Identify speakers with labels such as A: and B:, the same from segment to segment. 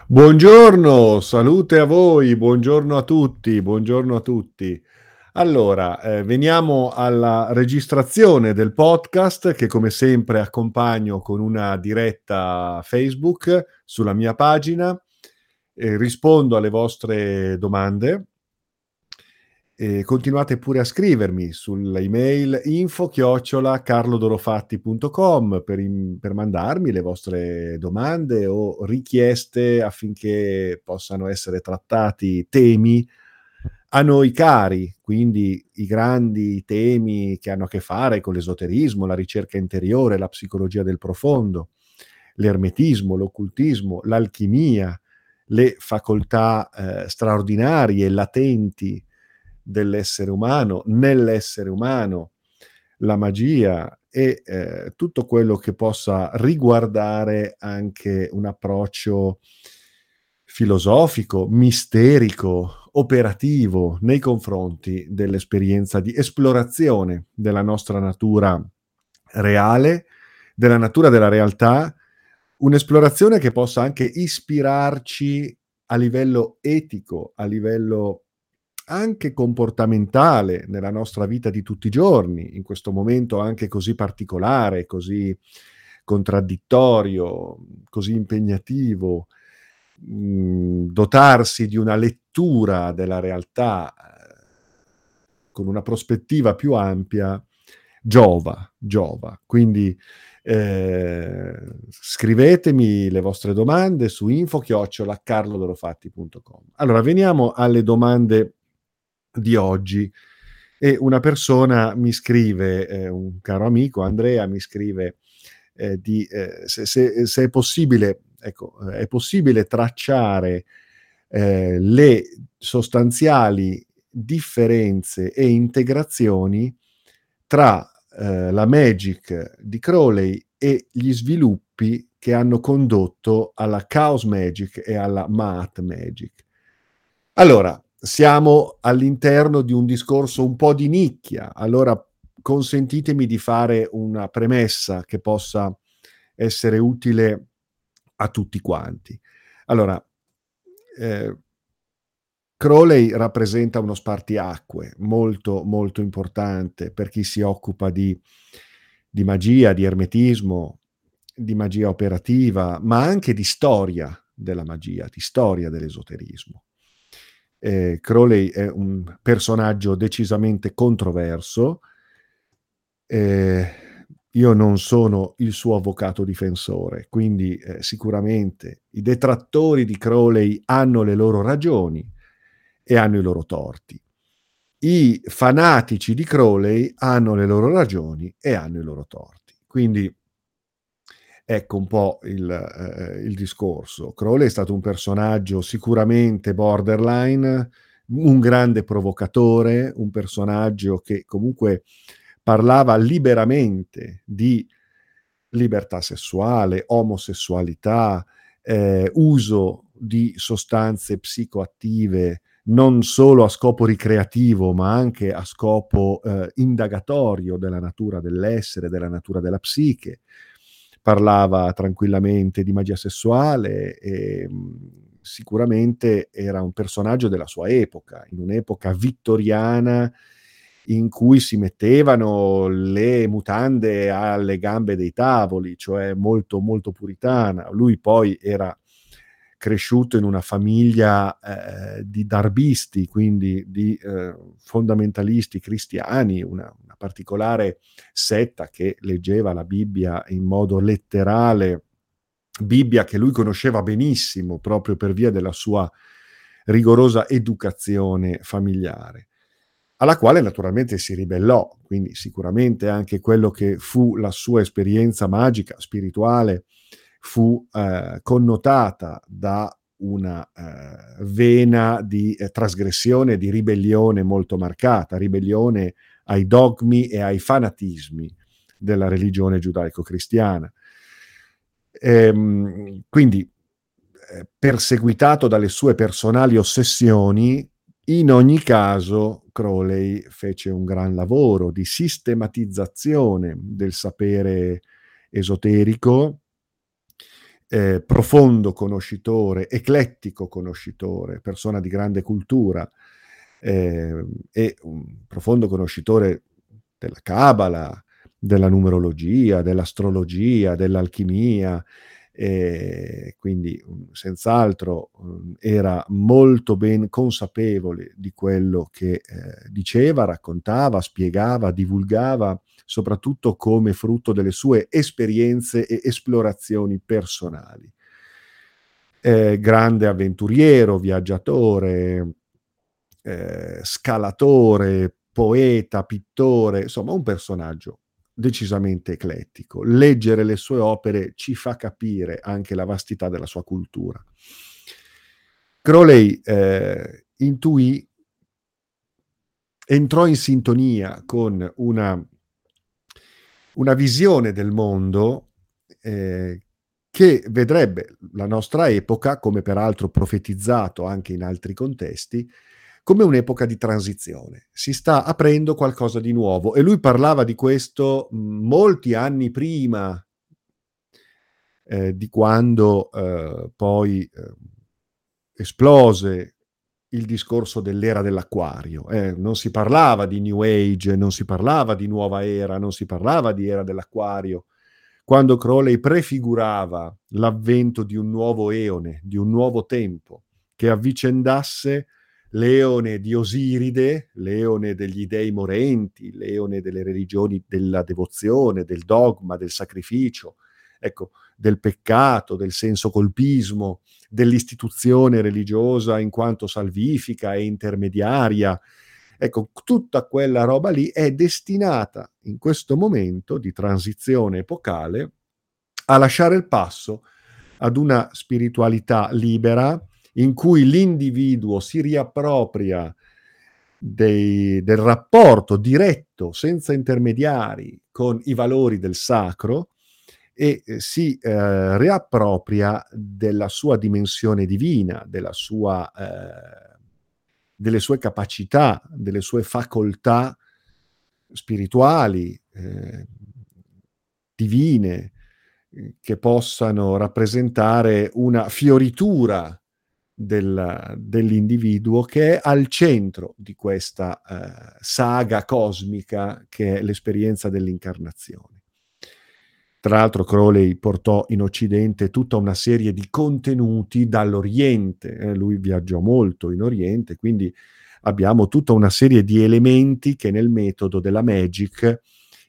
A: Buongiorno, salute a voi, buongiorno a tutti, buongiorno a tutti. Allora, veniamo alla registrazione del podcast che come sempre accompagno con una diretta Facebook sulla mia pagina, rispondo alle vostre domande e continuate pure a scrivermi sull'email info@carlodorofatti.com per mandarmi le vostre domande o richieste affinché possano essere trattati temi a noi cari, quindi i grandi temi che hanno a che fare con l'esoterismo, la ricerca interiore, la psicologia del profondo, l'ermetismo, l'occultismo, l'alchimia, le facoltà straordinarie e latenti dell'essere umano, nell'essere umano, la magia e tutto quello che possa riguardare anche un approccio filosofico, misterico, operativo nei confronti dell'esperienza di esplorazione della nostra natura reale, della natura della realtà, un'esplorazione che possa anche ispirarci a livello etico, a livello anche comportamentale nella nostra vita di tutti i giorni, in questo momento anche così particolare, così contraddittorio, così impegnativo. Dotarsi di una lettura della realtà con una prospettiva più ampia giova. Quindi scrivetemi le vostre domande su info@carlodorofatti.com. Allora, veniamo alle domande di oggi. E una persona mi scrive, un caro amico, Andrea, mi scrive se è possibile, ecco, è possibile tracciare le sostanziali differenze e integrazioni tra la Magic di Crowley e gli sviluppi che hanno condotto alla Chaos Magic e alla Maat Magic. Allora, siamo all'interno di un discorso un po' di nicchia, allora consentitemi di fare una premessa che possa essere utile a tutti quanti. Allora, ehm, Crowley rappresenta uno spartiacque molto, molto importante per chi si occupa di magia, di ermetismo, di magia operativa, ma anche di storia della magia, di storia dell'esoterismo. Crowley è un personaggio decisamente controverso. Ehm, io non sono il suo avvocato difensore, quindi, sicuramente i detrattori di Crowley hanno le loro ragioni e hanno i loro torti. I fanatici di Crowley hanno le loro ragioni e hanno i loro torti. Quindi ecco un po' il discorso. Crowley è stato un personaggio sicuramente borderline, un grande provocatore, un personaggio che comunque parlava liberamente di libertà sessuale, omosessualità, uso di sostanze psicoattive non solo a scopo ricreativo, ma anche a scopo indagatorio della natura dell'essere, della natura della psiche. Parlava tranquillamente di magia sessuale e sicuramente era un personaggio della sua epoca, in un'epoca vittoriana in cui si mettevano le mutande alle gambe dei tavoli, cioè molto, molto puritana. Lui poi era cresciuto in una famiglia di darbisti, quindi di fondamentalisti cristiani, una particolare setta che leggeva la Bibbia in modo letterale, Bibbia che lui conosceva benissimo proprio per via della sua rigorosa educazione familiare, alla quale naturalmente si ribellò, quindi sicuramente anche quello che fu la sua esperienza magica, spirituale, fu connotata da una vena di trasgressione, di ribellione molto marcata, ribellione ai dogmi e ai fanatismi della religione giudaico-cristiana. Quindi, perseguitato dalle sue personali ossessioni, in ogni caso Crowley fece un gran lavoro di sistematizzazione del sapere esoterico profondo conoscitore, eclettico conoscitore, persona di grande cultura, e un profondo conoscitore della Cabala, della numerologia, dell'astrologia, dell'alchimia, quindi senz'altro era molto ben consapevole di quello che diceva, raccontava, spiegava, divulgava, soprattutto come frutto delle sue esperienze e esplorazioni personali. Grande avventuriero, viaggiatore, scalatore, poeta, pittore, insomma un personaggio decisamente eclettico. Leggere le sue opere ci fa capire anche la vastità della sua cultura. Crowley entrò in sintonia con una visione del mondo che vedrebbe la nostra epoca, come peraltro profetizzato anche in altri contesti, come un'epoca di transizione. Si sta aprendo qualcosa di nuovo e lui parlava di questo molti anni prima di quando poi esplose il discorso dell'era dell'Acquario. Non si parlava di New Age, non si parlava di nuova era, non si parlava di era dell'Acquario. Quando Crowley prefigurava l'avvento di un nuovo eone, di un nuovo tempo, che avvicendasse l'eone di Osiride, l'eone degli dei morenti, l'eone delle religioni della devozione, del dogma, del sacrificio, ecco, del peccato, del senso colpismo, dell'istituzione religiosa in quanto salvifica e intermediaria. Ecco, tutta quella roba lì è destinata in questo momento di transizione epocale a lasciare il passo ad una spiritualità libera in cui l'individuo si riappropria del rapporto diretto, senza intermediari, con i valori del sacro e si riappropria della sua dimensione divina, delle sue capacità, delle sue facoltà spirituali, divine, che possano rappresentare una fioritura dell'individuo che è al centro di questa saga cosmica che è l'esperienza dell'incarnazione. Tra l'altro Crowley portò in Occidente tutta una serie di contenuti dall'Oriente, lui viaggiò molto in Oriente, quindi abbiamo tutta una serie di elementi che nel metodo della Magic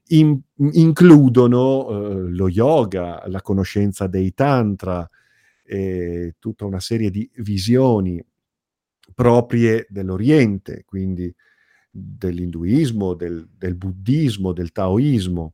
A: includono lo yoga, la conoscenza dei tantra, tutta una serie di visioni proprie dell'Oriente, quindi dell'induismo, del buddismo, del taoismo.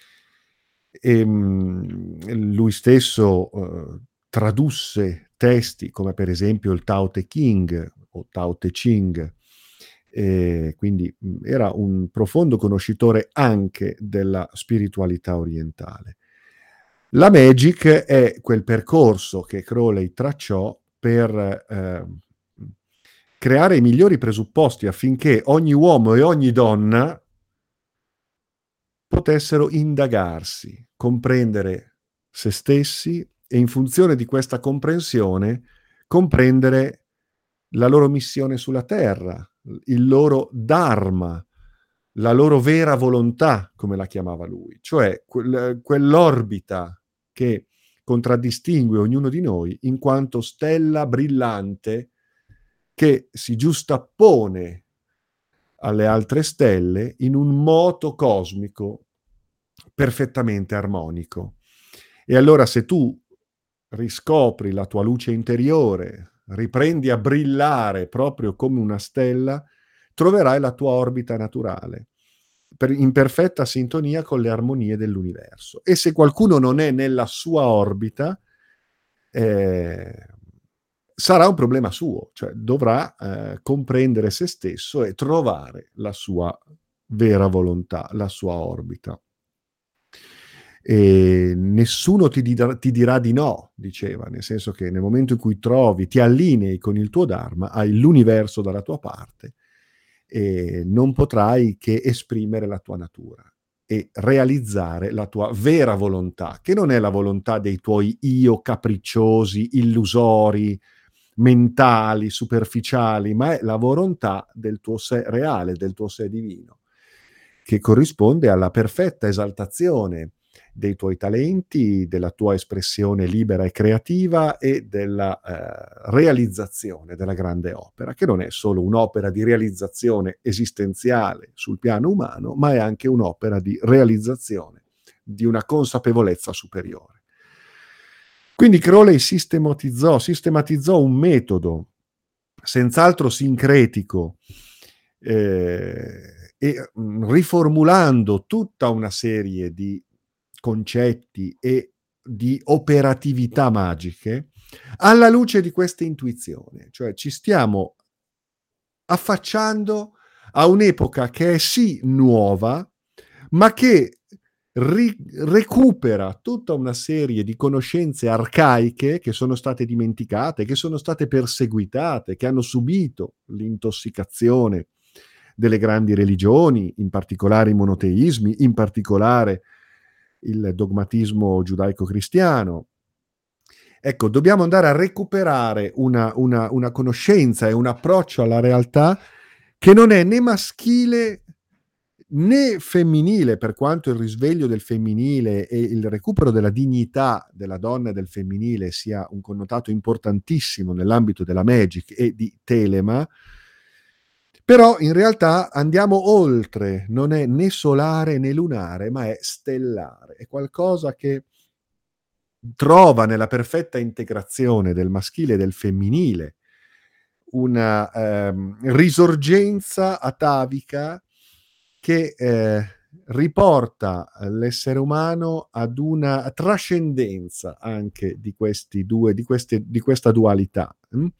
A: Lui stesso tradusse testi come per esempio il Tao Te Ching o Tao Te Ching, quindi era un profondo conoscitore anche della spiritualità orientale. La Magic è quel percorso che Crowley tracciò per creare i migliori presupposti affinché ogni uomo e ogni donna potessero indagarsi, comprendere se stessi e in funzione di questa comprensione comprendere la loro missione sulla terra, il loro dharma, la loro vera volontà, come la chiamava lui, cioè quell'orbita che contraddistingue ognuno di noi in quanto stella brillante che si giustappone alle altre stelle in un moto cosmico perfettamente armonico. E allora se tu riscopri la tua luce interiore, riprendi a brillare proprio come una stella, troverai la tua orbita naturale, in perfetta sintonia con le armonie dell'universo. E se qualcuno non è nella sua orbita, sarà un problema suo, cioè dovrà comprendere se stesso e trovare la sua vera volontà, la sua orbita. E nessuno ti dirà di no, diceva, nel senso che nel momento in cui ti allinei con il tuo Dharma, hai l'universo dalla tua parte e non potrai che esprimere la tua natura. e realizzare la tua vera volontà, che non è la volontà dei tuoi io capricciosi, illusori, mentali, superficiali, ma è la volontà del tuo sé reale, del tuo sé divino, che corrisponde alla perfetta esaltazione dei tuoi talenti, della tua espressione libera e creativa e della realizzazione della grande opera, che non è solo un'opera di realizzazione esistenziale sul piano umano, ma è anche un'opera di realizzazione di una consapevolezza superiore. Quindi Crowley sistematizzò un metodo senz'altro sincretico, e riformulando tutta una serie di concetti e di operatività magiche alla luce di questa intuizione. Cioè ci stiamo affacciando a un'epoca che è sì nuova, ma che recupera tutta una serie di conoscenze arcaiche che sono state dimenticate, che sono state perseguitate, che hanno subito l'intossicazione delle grandi religioni, in particolare i monoteismi, in particolare il dogmatismo giudaico-cristiano. Ecco, dobbiamo andare a recuperare una conoscenza e un approccio alla realtà che non è né maschile né femminile, per quanto il risveglio del femminile e il recupero della dignità della donna e del femminile sia un connotato importantissimo nell'ambito della Magic e di Telema, però in realtà andiamo oltre, non è né solare né lunare, ma è stellare, è qualcosa che trova nella perfetta integrazione del maschile e del femminile una risorgenza atavica che riporta l'essere umano ad una trascendenza anche di questi due, di questa dualità.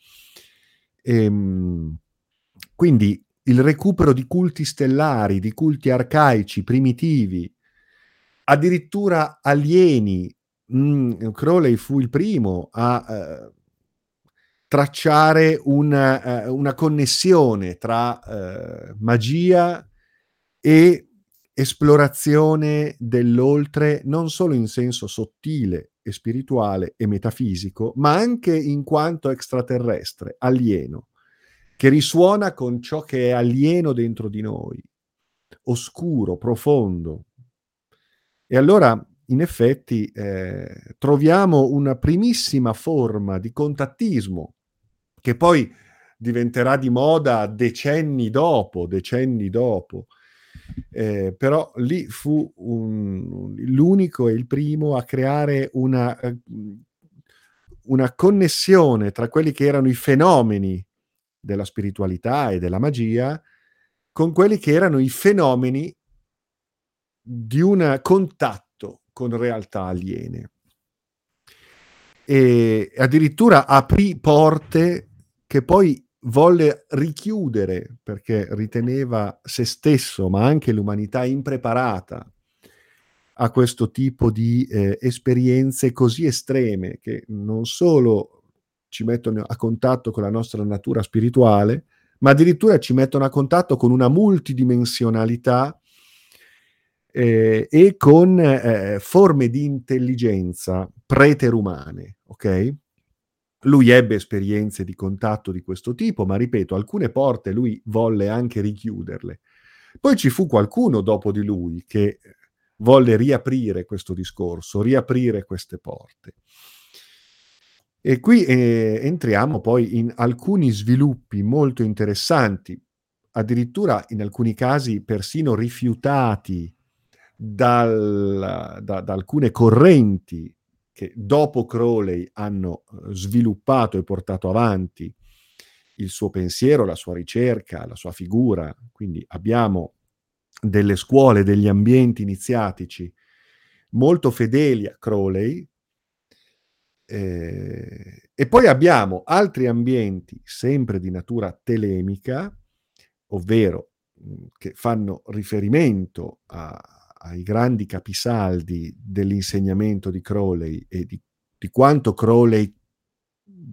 A: Quindi il recupero di culti stellari, di culti arcaici, primitivi, addirittura alieni. Crowley fu il primo a tracciare una connessione tra magia e esplorazione dell'oltre, non solo in senso sottile e spirituale e metafisico, ma anche in quanto extraterrestre, alieno, che risuona con ciò che è alieno dentro di noi, oscuro, profondo. E allora, in effetti, troviamo una primissima forma di contattismo, che poi diventerà di moda decenni dopo, però lì fu l'unico e il primo a creare una connessione tra quelli che erano i fenomeni della spiritualità e della magia con quelli che erano i fenomeni di un contatto con realtà aliene. E addirittura aprì porte che poi volle richiudere perché riteneva se stesso, ma anche l'umanità impreparata a questo tipo di esperienze così estreme che non solo ci mettono a contatto con la nostra natura spirituale, ma addirittura ci mettono a contatto con una multidimensionalità e con forme di intelligenza preterumane, ok? Lui ebbe esperienze di contatto di questo tipo, ma ripeto, alcune porte lui volle anche richiuderle. Poi ci fu qualcuno dopo di lui che volle riaprire questo discorso, riaprire queste porte. E qui entriamo poi in alcuni sviluppi molto interessanti, addirittura in alcuni casi persino rifiutati da alcune correnti che dopo Crowley hanno sviluppato e portato avanti il suo pensiero, la sua ricerca, la sua figura. Quindi abbiamo delle scuole, degli ambienti iniziatici molto fedeli a Crowley, e poi abbiamo altri ambienti sempre di natura telemica, ovvero che fanno riferimento ai grandi capisaldi dell'insegnamento di Crowley e di quanto Crowley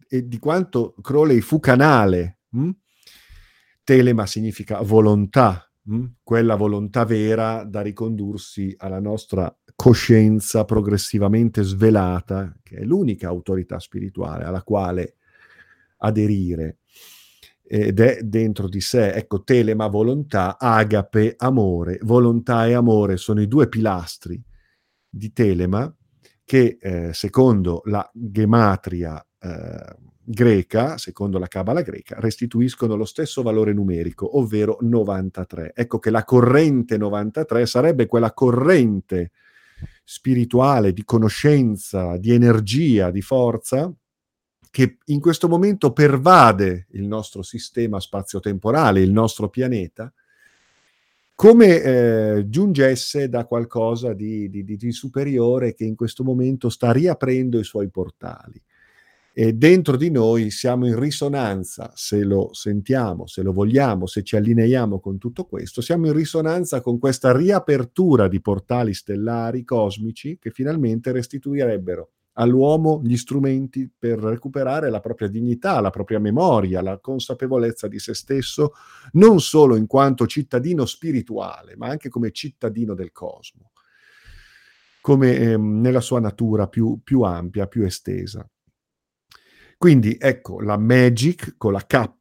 A: fu canale. Telema significa volontà, quella volontà vera da ricondursi alla nostra coscienza progressivamente svelata, che è l'unica autorità spirituale alla quale aderire, ed è dentro di sé. Ecco, telema, volontà, agape, amore. Volontà e amore sono i due pilastri di telema che, secondo la gematria greca, secondo la cabala greca, restituiscono lo stesso valore numerico, ovvero 93. Ecco che la corrente 93 sarebbe quella corrente spirituale di conoscenza, di energia, di forza, che in questo momento pervade il nostro sistema spazio-temporale, il nostro pianeta, come giungesse da qualcosa di superiore che in questo momento sta riaprendo i suoi portali. E dentro di noi siamo in risonanza, se lo sentiamo, se lo vogliamo, se ci allineiamo con tutto questo, siamo in risonanza con questa riapertura di portali stellari cosmici che finalmente restituirebbero all'uomo gli strumenti per recuperare la propria dignità, la propria memoria, la consapevolezza di se stesso, non solo in quanto cittadino spirituale, ma anche come cittadino del cosmo, come nella sua natura più ampia, più estesa. Quindi ecco, la Magic con la K,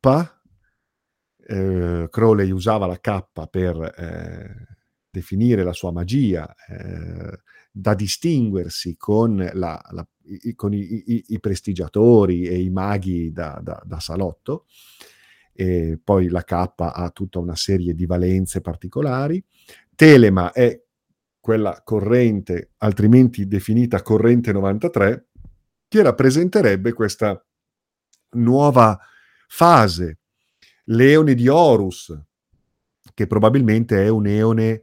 A: Crowley usava la K per definire la sua magia, da distinguersi con, con i prestigiatori e i maghi da salotto, e poi la K ha tutta una serie di valenze particolari. Telema è quella corrente, altrimenti definita corrente 93, che rappresenterebbe questa nuova fase, l'eone di Horus, che probabilmente è un eone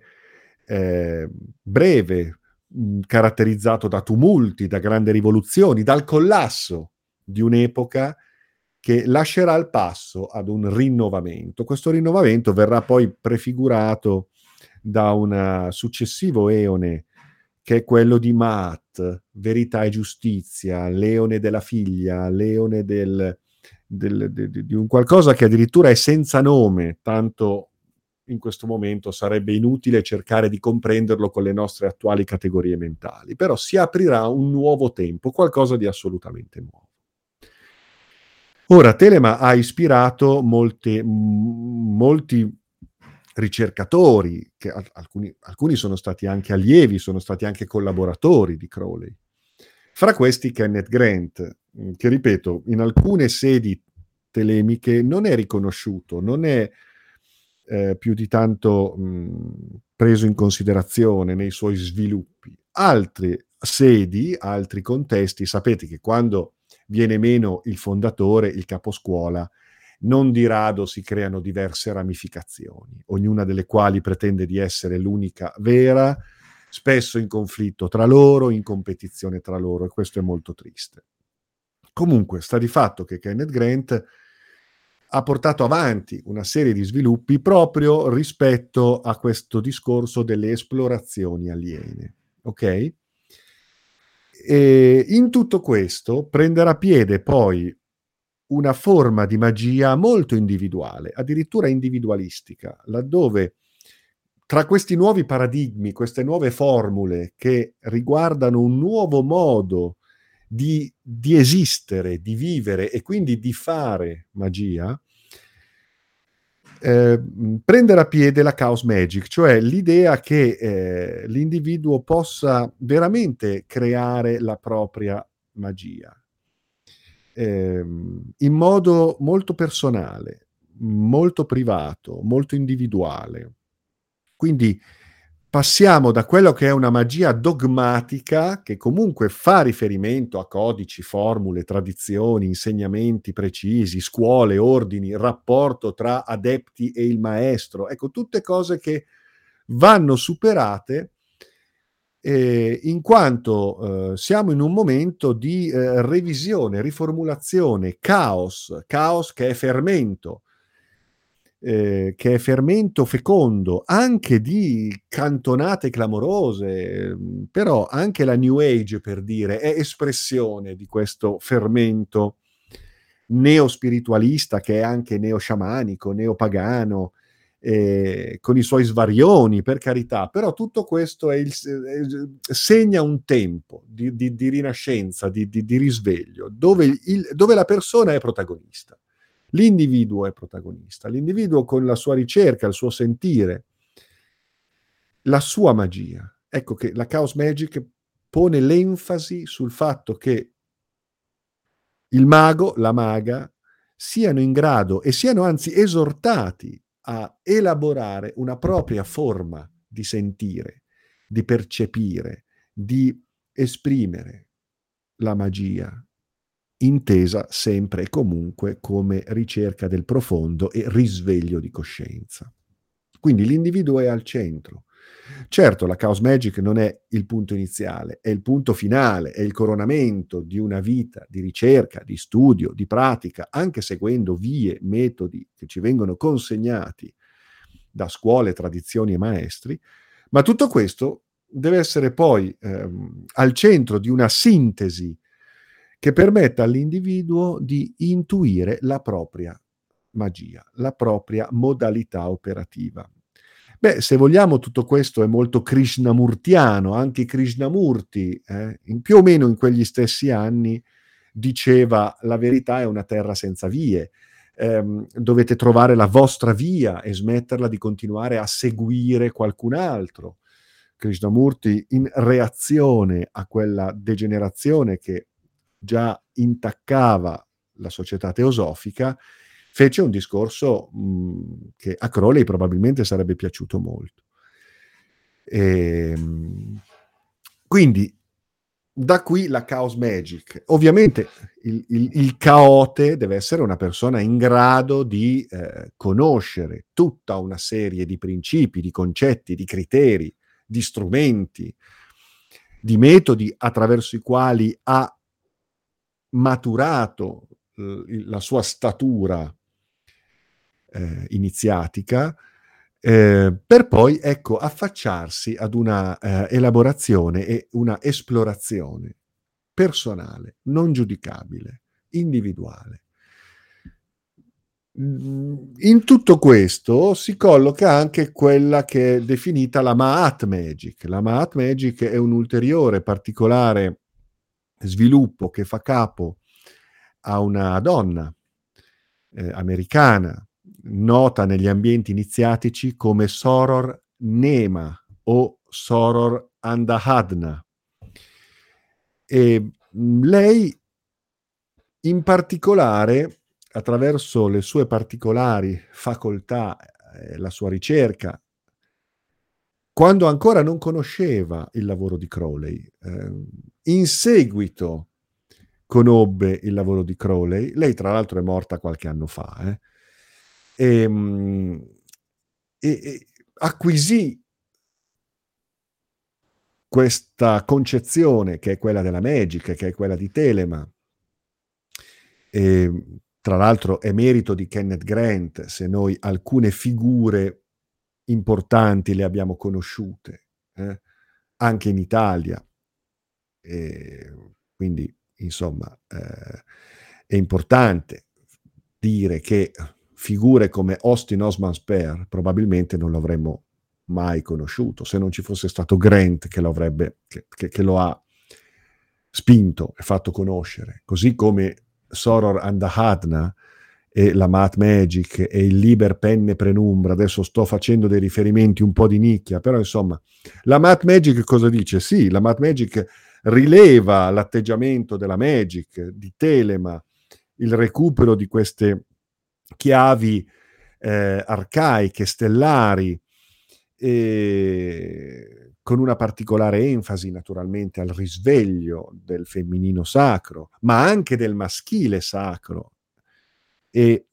A: breve, caratterizzato da tumulti, da grandi rivoluzioni, dal collasso di un'epoca che lascerà il passo ad un rinnovamento. Questo rinnovamento verrà poi prefigurato da un successivo eone, che è quello di Maat, verità e giustizia, leone della figlia, leone di un qualcosa che addirittura è senza nome, tanto in questo momento sarebbe inutile cercare di comprenderlo con le nostre attuali categorie mentali, però si aprirà un nuovo tempo, qualcosa di assolutamente nuovo. Ora, Telema ha ispirato molti ricercatori, che alcuni sono stati anche allievi, sono stati anche collaboratori di Crowley. Fra questi Kenneth Grant, che ripeto, in alcune sedi telemiche non è riconosciuto, non è più di tanto preso in considerazione nei suoi sviluppi. Altre sedi, altri contesti, sapete che quando viene meno il fondatore, il caposcuola, non di rado si creano diverse ramificazioni, ognuna delle quali pretende di essere l'unica vera, spesso in conflitto tra loro, in competizione tra loro, e questo è molto triste. Comunque, sta di fatto che Kenneth Grant ha portato avanti una serie di sviluppi proprio rispetto a questo discorso delle esplorazioni aliene, ok? E in tutto questo prenderà piede poi una forma di magia molto individuale, addirittura individualistica, laddove tra questi nuovi paradigmi, queste nuove formule che riguardano un nuovo modo di esistere, di vivere e quindi di fare magia, prendere a piede la Chaos Magic, cioè l'idea che l'individuo possa veramente creare la propria magia in modo molto personale, molto privato, molto individuale. Quindi passiamo da quello che è una magia dogmatica, che comunque fa riferimento a codici, formule, tradizioni, insegnamenti precisi, scuole, ordini, rapporto tra adepti e il maestro. Ecco, tutte cose che vanno superate in quanto siamo in un momento di revisione, riformulazione, caos che è fermento fecondo, anche di cantonate clamorose, però anche la New Age, per dire, è espressione di questo fermento neo-spiritualista, che è anche neo-sciamanico, neo-pagano, con i suoi svarioni, per carità, però tutto questo segna un tempo di rinascenza, di risveglio, dove la persona è protagonista. L'individuo è protagonista, l'individuo con la sua ricerca, il suo sentire, la sua magia. Ecco che la Chaos Magic pone l'enfasi sul fatto che il mago, la maga, siano in grado e siano anzi esortati a elaborare una propria forma di sentire, di percepire, di esprimere la magia, intesa sempre e comunque come ricerca del profondo e risveglio di coscienza. Quindi l'individuo è al centro. Certo, la Chaos Magic non è il punto iniziale, è il punto finale, è il coronamento di una vita di ricerca, di studio, di pratica, anche seguendo vie, metodi che ci vengono consegnati da scuole, tradizioni e maestri, ma tutto questo deve essere poi al centro di una sintesi che permetta all'individuo di intuire la propria magia, la propria modalità operativa. Beh, se vogliamo, tutto questo è molto krishnamurtiano. Anche Krishnamurti, più o meno in quegli stessi anni, diceva: la verità è una terra senza vie. Dovete trovare la vostra via e smetterla di continuare a seguire qualcun altro. Krishnamurti, in reazione a quella degenerazione che già intaccava la società teosofica, fece un discorso che a Crowley probabilmente sarebbe piaciuto molto. Quindi da qui la Chaos Magic. Ovviamente il caote deve essere una persona in grado di conoscere tutta una serie di principi, di concetti, di criteri, di strumenti, di metodi attraverso i quali ha maturato la sua statura iniziatica, per poi, ecco, affacciarsi ad una elaborazione e una esplorazione personale, non giudicabile, individuale. In tutto questo si colloca anche quella che è definita la Mahat Magic. La Mahat Magic è un ulteriore particolare sviluppo che fa capo a una donna americana, nota negli ambienti iniziatici come Soror Nema o Soror Andahadna. E lei in particolare, attraverso le sue particolari facoltà, la sua ricerca, quando ancora non conosceva il lavoro di Crowley, in seguito conobbe il lavoro di Crowley. Lei tra l'altro è morta qualche anno fa, e acquisì questa concezione che è quella della Magic, che è quella di Telema. Tra l'altro è merito di Kenneth Grant se noi alcune figure importanti le abbiamo conosciute, anche in Italia. Quindi, insomma, è importante dire che figure come Austin Osman Spare probabilmente non l'avremmo mai conosciuto se non ci fosse stato Grant che lo ha spinto e fatto conoscere, così come Soror Andahadna e la Mahat Magic e il Liber Penne Prenumbra. Adesso sto facendo dei riferimenti un po' di nicchia, però insomma, la Mahat Magic cosa dice? Sì, la Mahat Magic rileva l'atteggiamento della Magic, di Telema, il recupero di queste chiavi arcaiche, stellari, con una particolare enfasi naturalmente al risveglio del femminino sacro, ma anche del maschile sacro, e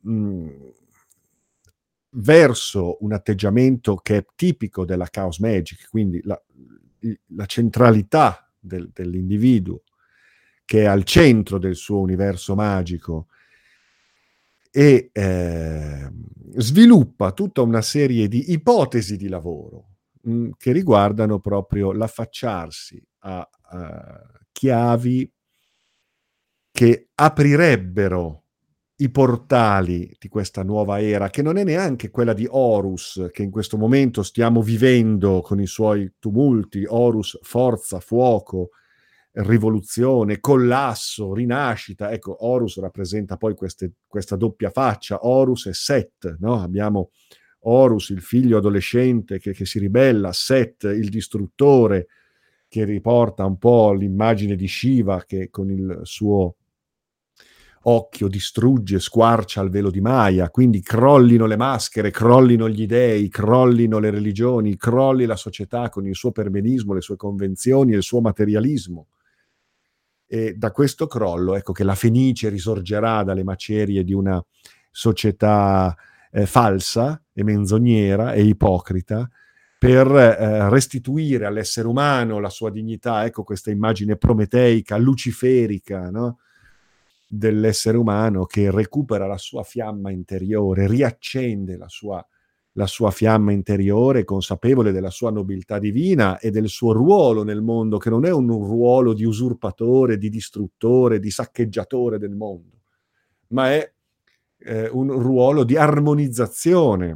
A: verso un atteggiamento che è tipico della Chaos Magic, quindi la centralità dell'individuo che è al centro del suo universo magico, e sviluppa tutta una serie di ipotesi di lavoro che riguardano proprio l'affacciarsi a chiavi che aprirebbero i portali di questa nuova era, che non è neanche quella di Horus, che in questo momento stiamo vivendo con i suoi tumulti. Horus, forza, fuoco, rivoluzione, collasso, rinascita. Ecco, Horus rappresenta poi questa doppia faccia, Horus e Set, no? Abbiamo Horus, il figlio adolescente che si ribella, Set, il distruttore, che riporta un po' l'immagine di Shiva che con il suo occhio distrugge, squarcia il velo di Maya, quindi crollino le maschere, crollino gli dei, crollino le religioni, crolli la società con il suo perbenismo, le sue convenzioni e il suo materialismo. E da questo crollo, ecco che la Fenice risorgerà dalle macerie di una società falsa e menzognera e ipocrita, per restituire all'essere umano la sua dignità. Ecco questa immagine prometeica, luciferica, no? Dell'essere umano che recupera la sua fiamma interiore, riaccende la sua fiamma interiore, consapevole della sua nobiltà divina e del suo ruolo nel mondo, che non è un ruolo di usurpatore, di distruttore, di saccheggiatore del mondo, ma è un ruolo di armonizzazione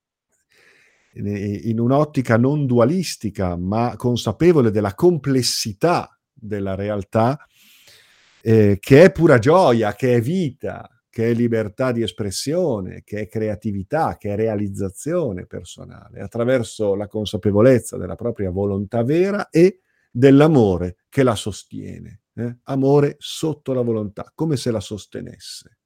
A: in un'ottica non dualistica, ma consapevole della complessità della realtà, che è pura gioia, che è vita, che è libertà di espressione, che è creatività, che è realizzazione personale, attraverso la consapevolezza della propria volontà vera e dell'amore che la sostiene. Amore sotto la volontà, come se la sostenesse.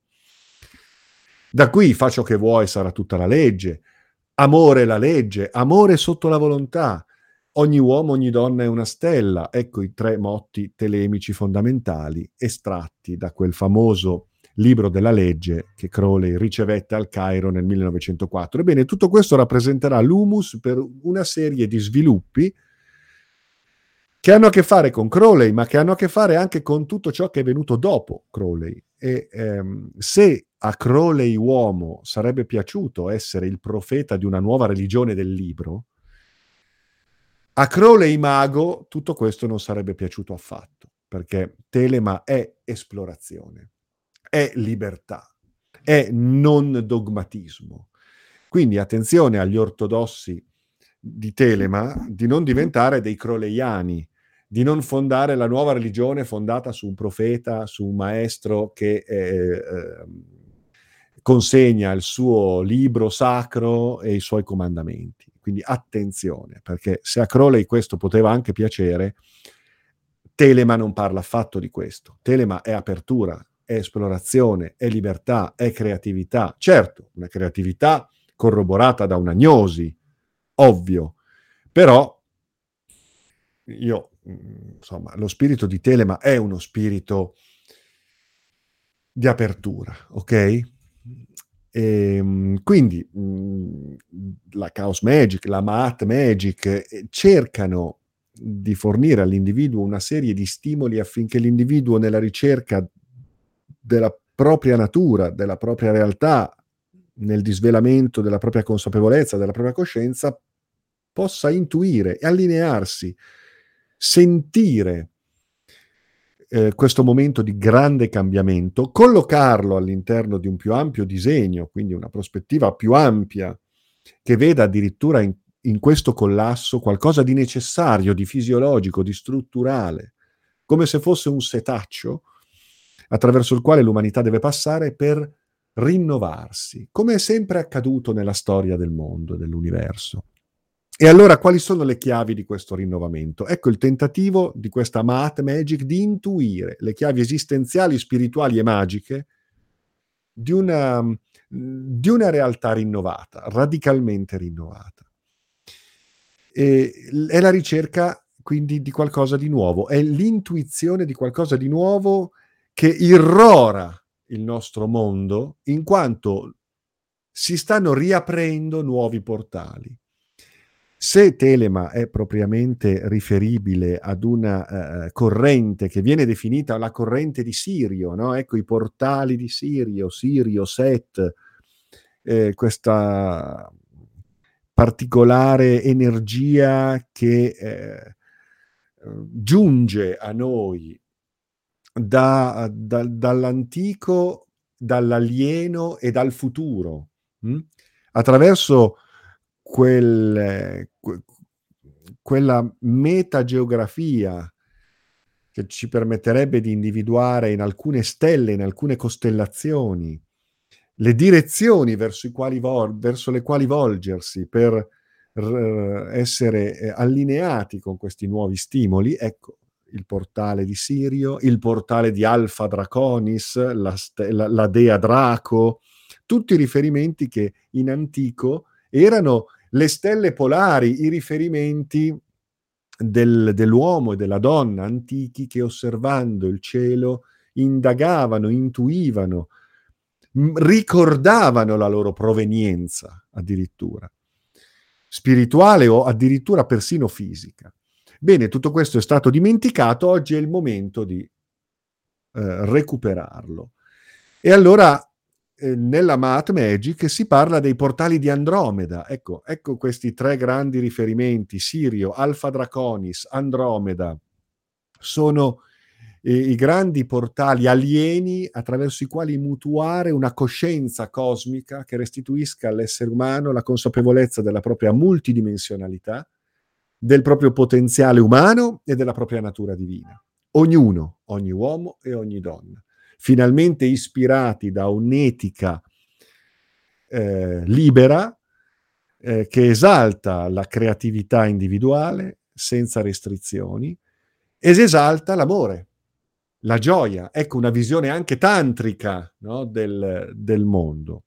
A: Da qui fa ciò che vuoi, sarà tutta la legge. Amore è la legge, amore sotto la volontà. Ogni uomo, ogni donna è una stella. Ecco i 3 motti telemici fondamentali estratti da quel famoso libro della legge che Crowley ricevette al Cairo nel 1904. Ebbene, tutto questo rappresenterà l'humus per una serie di sviluppi che hanno a che fare con Crowley, ma che hanno a che fare anche con tutto ciò che è venuto dopo Crowley. E se a Crowley uomo sarebbe piaciuto essere il profeta di una nuova religione del libro, a Crowley mago tutto questo non sarebbe piaciuto affatto, perché Telema è esplorazione, è libertà, è non dogmatismo. Quindi attenzione agli ortodossi di Telema di non diventare dei crowleyani, di non fondare la nuova religione fondata su un profeta, su un maestro che consegna il suo libro sacro e i suoi comandamenti. Quindi attenzione, perché se a Crowley questo poteva anche piacere, Telema non parla affatto di questo. Telema è apertura, è esplorazione, è libertà, è creatività. Certo, una creatività corroborata da un'agnosi, ovvio, però io, insomma, lo spirito di Telema è uno spirito di apertura, ok? Quindi la Chaos Magic, la Maat Magic cercano di fornire all'individuo una serie di stimoli affinché l'individuo, nella ricerca della propria natura, della propria realtà, nel disvelamento della propria consapevolezza, della propria coscienza, possa intuire e allinearsi, sentire questo momento di grande cambiamento, collocarlo all'interno di un più ampio disegno, quindi una prospettiva più ampia, che veda addirittura in questo collasso qualcosa di necessario, di fisiologico, di strutturale, come se fosse un setaccio attraverso il quale l'umanità deve passare per rinnovarsi, come è sempre accaduto nella storia del mondo, dell'universo. E allora quali sono le chiavi di questo rinnovamento? Ecco il tentativo di questa Maat Magic di intuire le chiavi esistenziali, spirituali e magiche di una realtà rinnovata, radicalmente rinnovata. È la ricerca quindi di qualcosa di nuovo, è l'intuizione di qualcosa di nuovo che irrora il nostro mondo, in quanto si stanno riaprendo nuovi portali. Se Telema è propriamente riferibile ad una corrente che viene definita la corrente di Sirio, no? Ecco i portali di Sirio, Sirio, Set, questa particolare energia che giunge a noi dall'antico dall'alieno e dal futuro, attraverso quella metageografia che ci permetterebbe di individuare in alcune stelle, in alcune costellazioni, le direzioni verso le quali volgersi per essere allineati con questi nuovi stimoli. Ecco, il portale di Sirio, il portale di Alpha Draconis, la dea Draco, tutti riferimenti che in antico erano le stelle polari, i riferimenti dell'uomo e della donna antichi che, osservando il cielo, indagavano, intuivano, ricordavano la loro provenienza, addirittura spirituale o addirittura persino fisica. Bene, tutto questo è stato dimenticato, oggi è il momento di recuperarlo. E allora nella Math Magic si parla dei portali di Andromeda. Ecco questi tre grandi riferimenti: Sirio, Alpha Draconis, Andromeda. Sono i grandi portali alieni attraverso i quali mutuare una coscienza cosmica che restituisca all'essere umano la consapevolezza della propria multidimensionalità, del proprio potenziale umano e della propria natura divina. Ognuno, ogni uomo e ogni donna, finalmente ispirati da un'etica libera che esalta la creatività individuale senza restrizioni ed esalta l'amore, la gioia. Ecco una visione anche tantrica, no, del mondo.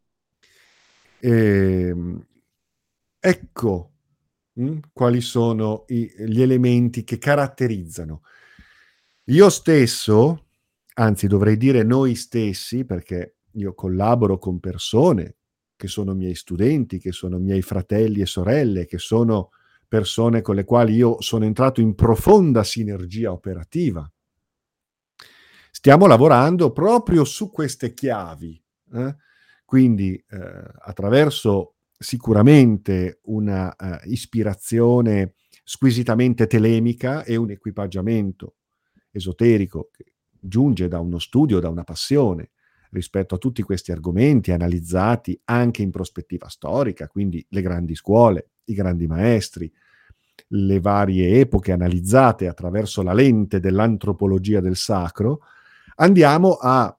A: Ecco quali sono gli elementi che caratterizzano. Io stesso, anzi dovrei dire noi stessi, perché io collaboro con persone che sono miei studenti, che sono miei fratelli e sorelle, che sono persone con le quali io sono entrato in profonda sinergia operativa. Stiamo lavorando proprio su queste chiavi, quindi attraverso sicuramente una ispirazione squisitamente telemica e un equipaggiamento esoterico che giunge da uno studio, da una passione rispetto a tutti questi argomenti analizzati anche in prospettiva storica, quindi le grandi scuole, i grandi maestri, le varie epoche analizzate attraverso la lente dell'antropologia del sacro. Andiamo a,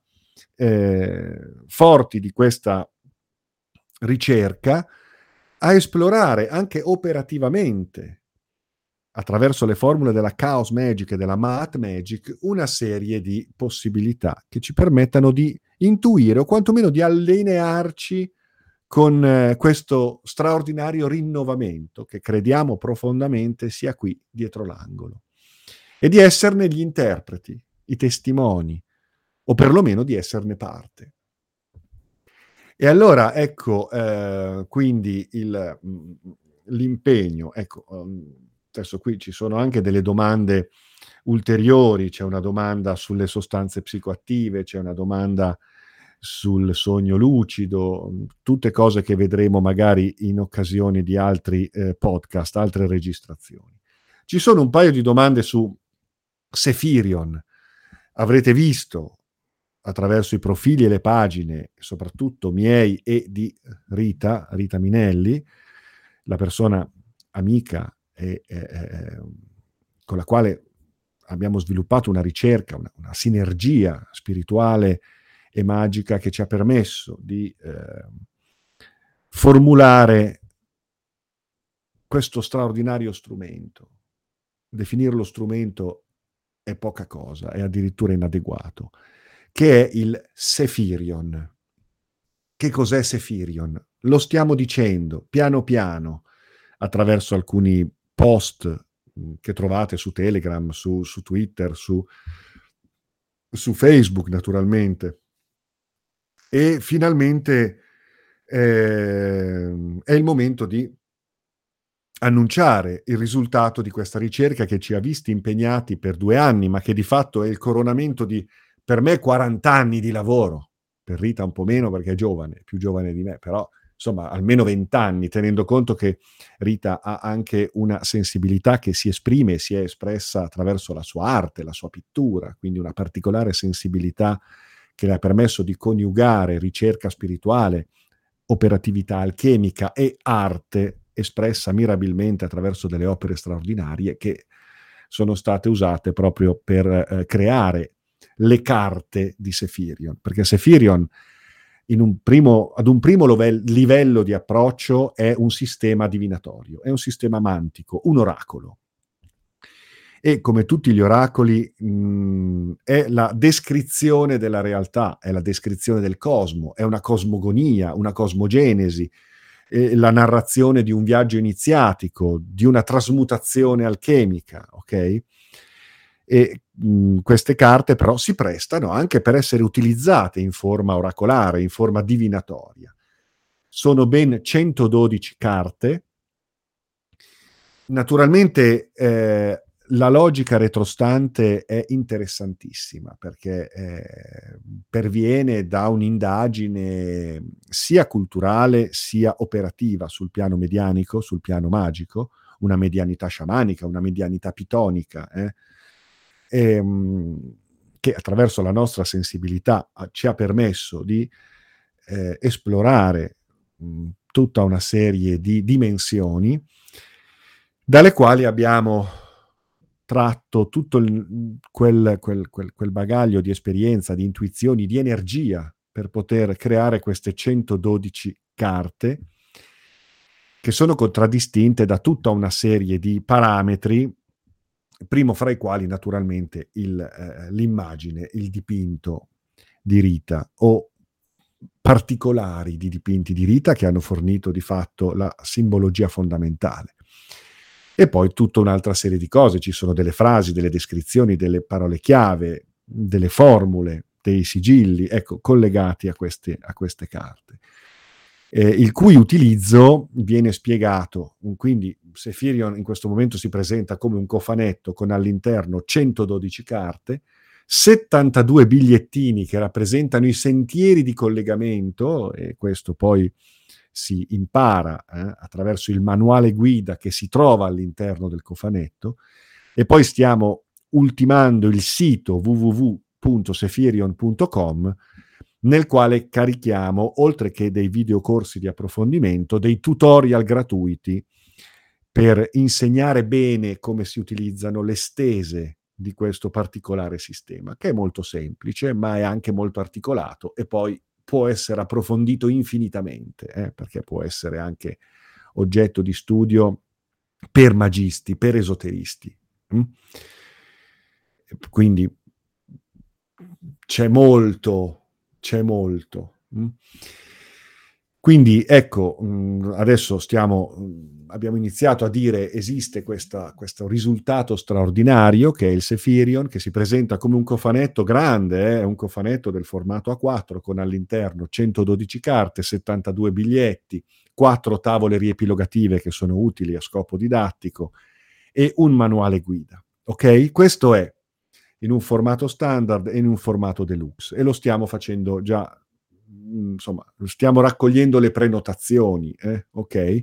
A: forti di questa ricerca, a esplorare anche operativamente, attraverso le formule della Chaos Magic e della Math Magic, una serie di possibilità che ci permettano di intuire o quantomeno di allinearci con questo straordinario rinnovamento che crediamo profondamente sia qui dietro l'angolo, e di esserne gli interpreti, i testimoni, o perlomeno di esserne parte. E allora ecco quindi l'impegno. Ecco, adesso qui ci sono anche delle domande ulteriori, c'è una domanda sulle sostanze psicoattive, c'è una domanda sul sogno lucido, tutte cose che vedremo magari in occasione di altri podcast, altre registrazioni. Ci sono un paio di domande su Sephirion. Avrete visto attraverso i profili e le pagine, soprattutto miei e di Rita Minelli, la persona amica con la quale abbiamo sviluppato una ricerca, una sinergia spirituale e magica che ci ha permesso di formulare questo straordinario strumento. Definirlo strumento è poca cosa, è addirittura inadeguato, che è il Sephirion. Che cos'è Sephirion? Lo stiamo dicendo piano piano attraverso alcuni post che trovate su Telegram, su Twitter, su Facebook naturalmente. E finalmente è il momento di annunciare il risultato di questa ricerca che ci ha visti impegnati per 2 anni, ma che di fatto è il coronamento di, per me, 40 anni di lavoro. Per Rita un po' meno perché è giovane, più giovane di me, però insomma almeno 20 anni, tenendo conto che Rita ha anche una sensibilità che si esprime e si è espressa attraverso la sua arte, la sua pittura, quindi una particolare sensibilità che le ha permesso di coniugare ricerca spirituale, operatività alchemica e arte espressa mirabilmente attraverso delle opere straordinarie che sono state usate proprio per creare le carte di Sephirion, perché Sephirion ad un primo livello di approccio è un sistema divinatorio, è un sistema mantico, un oracolo. E come tutti gli oracoli è la descrizione della realtà, è la descrizione del cosmo, è una cosmogonia, una cosmogenesi, la narrazione di un viaggio iniziatico, di una trasmutazione alchemica, ok? E queste carte però si prestano anche per essere utilizzate in forma oracolare, in forma divinatoria. Sono ben 112 carte. Naturalmente la logica retrostante è interessantissima perché perviene da un'indagine sia culturale sia operativa sul piano medianico, sul piano magico, una medianità sciamanica, una medianità pitonica, che attraverso la nostra sensibilità ci ha permesso di esplorare tutta una serie di dimensioni dalle quali abbiamo tratto tutto quel bagaglio di esperienza, di intuizioni, di energia per poter creare queste 112 carte che sono contraddistinte da tutta una serie di parametri, primo fra i quali naturalmente l'immagine, il dipinto di Rita o particolari di dipinti di Rita che hanno fornito di fatto la simbologia fondamentale. E poi tutta un'altra serie di cose, ci sono delle frasi, delle descrizioni, delle parole chiave, delle formule, dei sigilli, ecco, collegati a queste carte. Il cui utilizzo viene spiegato, quindi Sephirion in questo momento si presenta come un cofanetto con all'interno 112 carte, 72 bigliettini che rappresentano i sentieri di collegamento, e questo poi si impara attraverso il manuale guida che si trova all'interno del cofanetto, e poi stiamo ultimando il sito www.sephirion.com nel quale carichiamo, oltre che dei videocorsi di approfondimento, dei tutorial gratuiti per insegnare bene come si utilizzano le stese di questo particolare sistema, che è molto semplice, ma è anche molto articolato e poi può essere approfondito infinitamente, perché può essere anche oggetto di studio per magisti, per esoteristi. Quindi c'è molto. Quindi ecco, adesso abbiamo iniziato a dire esiste questo risultato straordinario che è il Sephirion, che si presenta come un cofanetto grande, è un cofanetto del formato A4 con all'interno 112 carte, 72 biglietti, 4 tavole riepilogative che sono utili a scopo didattico e un manuale guida. Ok? Questo è in un formato standard e in un formato deluxe e lo stiamo facendo già, insomma, stiamo raccogliendo le prenotazioni, ok?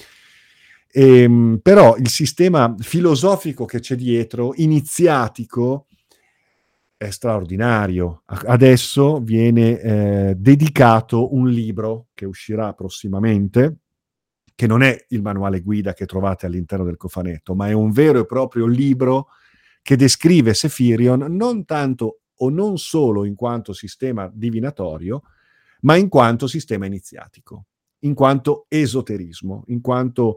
A: Però il sistema filosofico che c'è dietro, iniziatico, è straordinario. Adesso viene dedicato un libro che uscirà prossimamente, che non è il manuale guida che trovate all'interno del cofanetto, ma è un vero e proprio libro che descrive Sephirion non tanto o non solo in quanto sistema divinatorio, ma in quanto sistema iniziatico, in quanto esoterismo, in quanto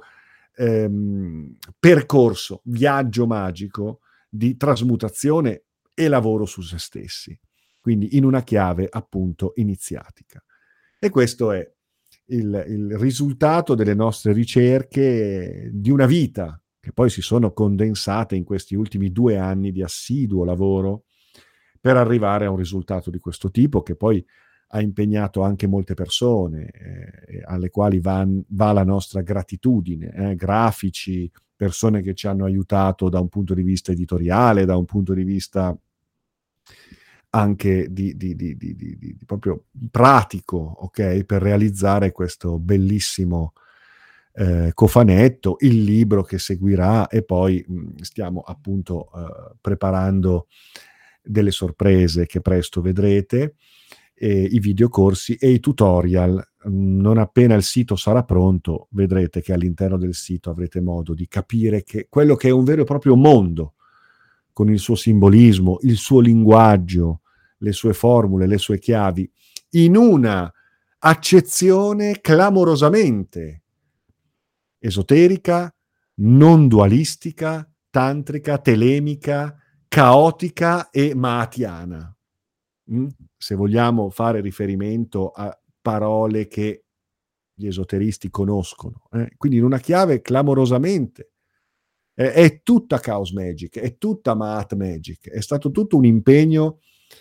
A: percorso, viaggio magico di trasmutazione e lavoro su se stessi, quindi in una chiave appunto iniziatica. E questo è il risultato delle nostre ricerche di una vita che poi si sono condensate in questi ultimi 2 anni di assiduo lavoro per arrivare a un risultato di questo tipo che poi ha impegnato anche molte persone alle quali va la nostra gratitudine, grafici, persone che ci hanno aiutato da un punto di vista editoriale, da un punto di vista anche di proprio pratico, ok? Per realizzare questo bellissimo cofanetto, il libro che seguirà e poi stiamo appunto preparando delle sorprese che presto vedrete, i videocorsi e i tutorial. Non appena il sito sarà pronto, vedrete che all'interno del sito avrete modo di capire che quello che è un vero e proprio mondo, con il suo simbolismo, il suo linguaggio, le sue formule, le sue chiavi, in una accezione clamorosamente esoterica, non dualistica, tantrica, telemica, caotica e maatiana. Se vogliamo fare riferimento a parole che gli esoteristi conoscono. Quindi in una chiave clamorosamente. È tutta Chaos Magic, è tutta Maat Magic, è stato tutto un impegno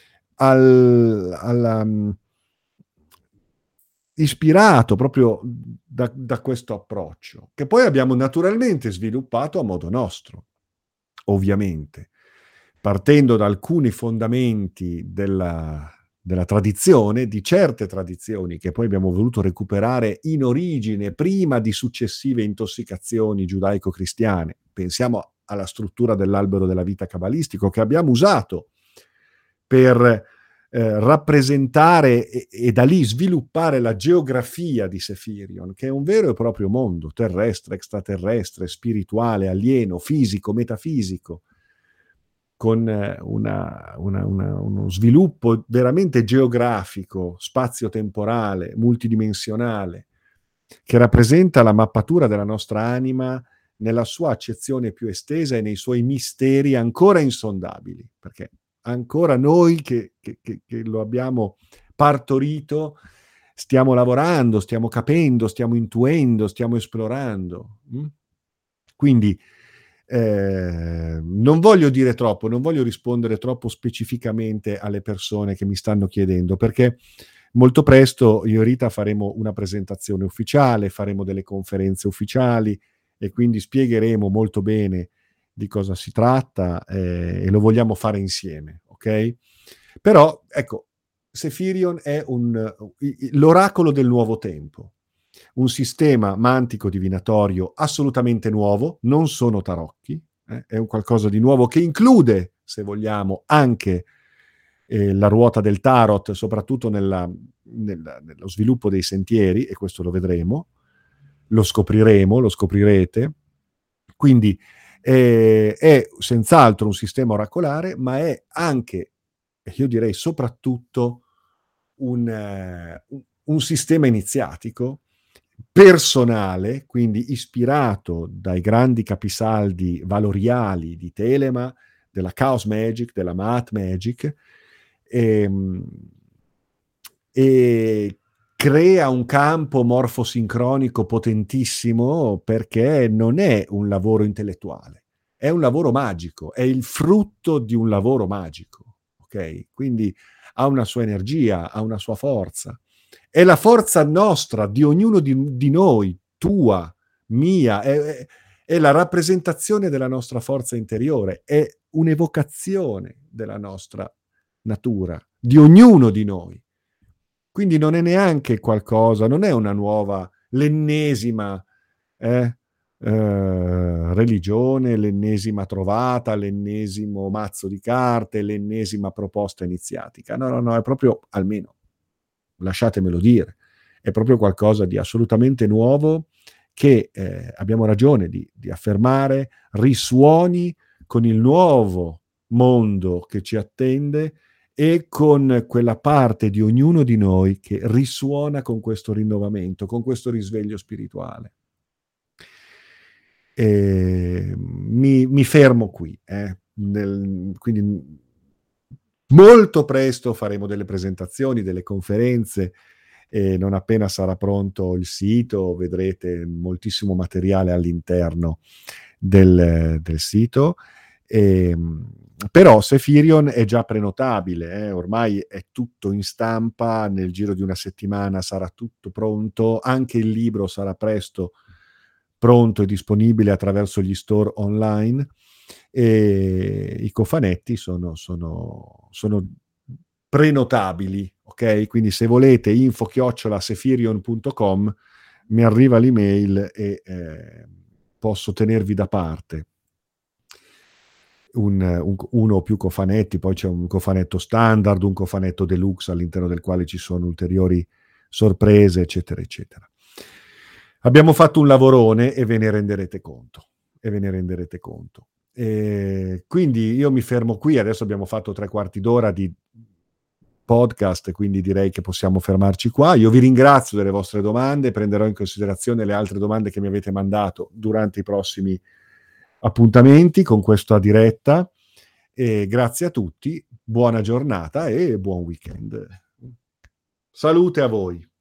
A: ispirato proprio da questo approccio, che poi abbiamo naturalmente sviluppato a modo nostro, ovviamente, partendo da alcuni fondamenti della tradizione, di certe tradizioni che poi abbiamo voluto recuperare in origine, prima di successive intossicazioni giudaico-cristiane. Pensiamo alla struttura dell'albero della vita cabalistico che abbiamo usato per rappresentare e da lì sviluppare la geografia di Sefirion, che è un vero e proprio mondo terrestre, extraterrestre, spirituale, alieno, fisico, metafisico, con uno sviluppo veramente geografico, spazio-temporale, multidimensionale, che rappresenta la mappatura della nostra anima nella sua accezione più estesa e nei suoi misteri ancora insondabili, perché ancora noi che lo abbiamo partorito stiamo lavorando, stiamo capendo, stiamo intuendo, stiamo esplorando. Quindi non voglio dire troppo, non voglio rispondere troppo specificamente alle persone che mi stanno chiedendo, perché molto presto io e Rita faremo una presentazione ufficiale, faremo delle conferenze ufficiali e quindi spiegheremo molto bene di cosa si tratta e lo vogliamo fare insieme, ok? Però, ecco, Sefirion è l'oracolo del nuovo tempo, un sistema mantico divinatorio assolutamente nuovo, non sono tarocchi, è un qualcosa di nuovo che include, se vogliamo, anche la ruota del tarot, soprattutto nello sviluppo dei sentieri, e questo lo vedremo, lo scopriremo, lo scoprirete. Quindi è senz'altro un sistema oracolare, ma è anche, io direi soprattutto, un sistema iniziatico personale, quindi ispirato dai grandi capisaldi valoriali di Telema, della Chaos Magic, della Maat Magic, e crea un campo morfosincronico potentissimo perché non è un lavoro intellettuale, è un lavoro magico, è il frutto di un lavoro magico, ok? Quindi ha una sua energia, ha una sua forza. È la forza nostra, di ognuno di noi, tua, mia, è la rappresentazione della nostra forza interiore, è un'evocazione della nostra natura, di ognuno di noi. Quindi non è neanche qualcosa, non è una nuova, l'ennesima religione, l'ennesima trovata, l'ennesimo mazzo di carte, l'ennesima proposta iniziatica. No, no, no, è proprio, almeno lasciatemelo dire, è proprio qualcosa di assolutamente nuovo che abbiamo ragione di affermare, risuoni con il nuovo mondo che ci attende e con quella parte di ognuno di noi che risuona con questo rinnovamento, con questo risveglio spirituale. Mi fermo qui. Quindi molto presto faremo delle presentazioni, delle conferenze, e non appena sarà pronto il sito vedrete moltissimo materiale all'interno del sito. Però Sefirion è già prenotabile, ormai è tutto in stampa, nel giro di una settimana sarà tutto pronto, anche il libro sarà presto pronto e disponibile attraverso gli store online, e i cofanetti sono prenotabili, ok? Quindi se volete info@sefirion.com mi arriva l'email e posso tenervi da parte. uno o più cofanetti, poi c'è un cofanetto standard, un cofanetto deluxe all'interno del quale ci sono ulteriori sorprese, eccetera, eccetera. Abbiamo fatto un lavorone e ve ne renderete conto. E ve ne renderete conto. Quindi io mi fermo qui, adesso abbiamo fatto 3/4 d'ora di podcast, quindi direi che possiamo fermarci qua. Io vi ringrazio delle vostre domande, prenderò in considerazione le altre domande che mi avete mandato durante i prossimi appuntamenti con questa diretta. E grazie a tutti, buona giornata e buon weekend. Salute a voi.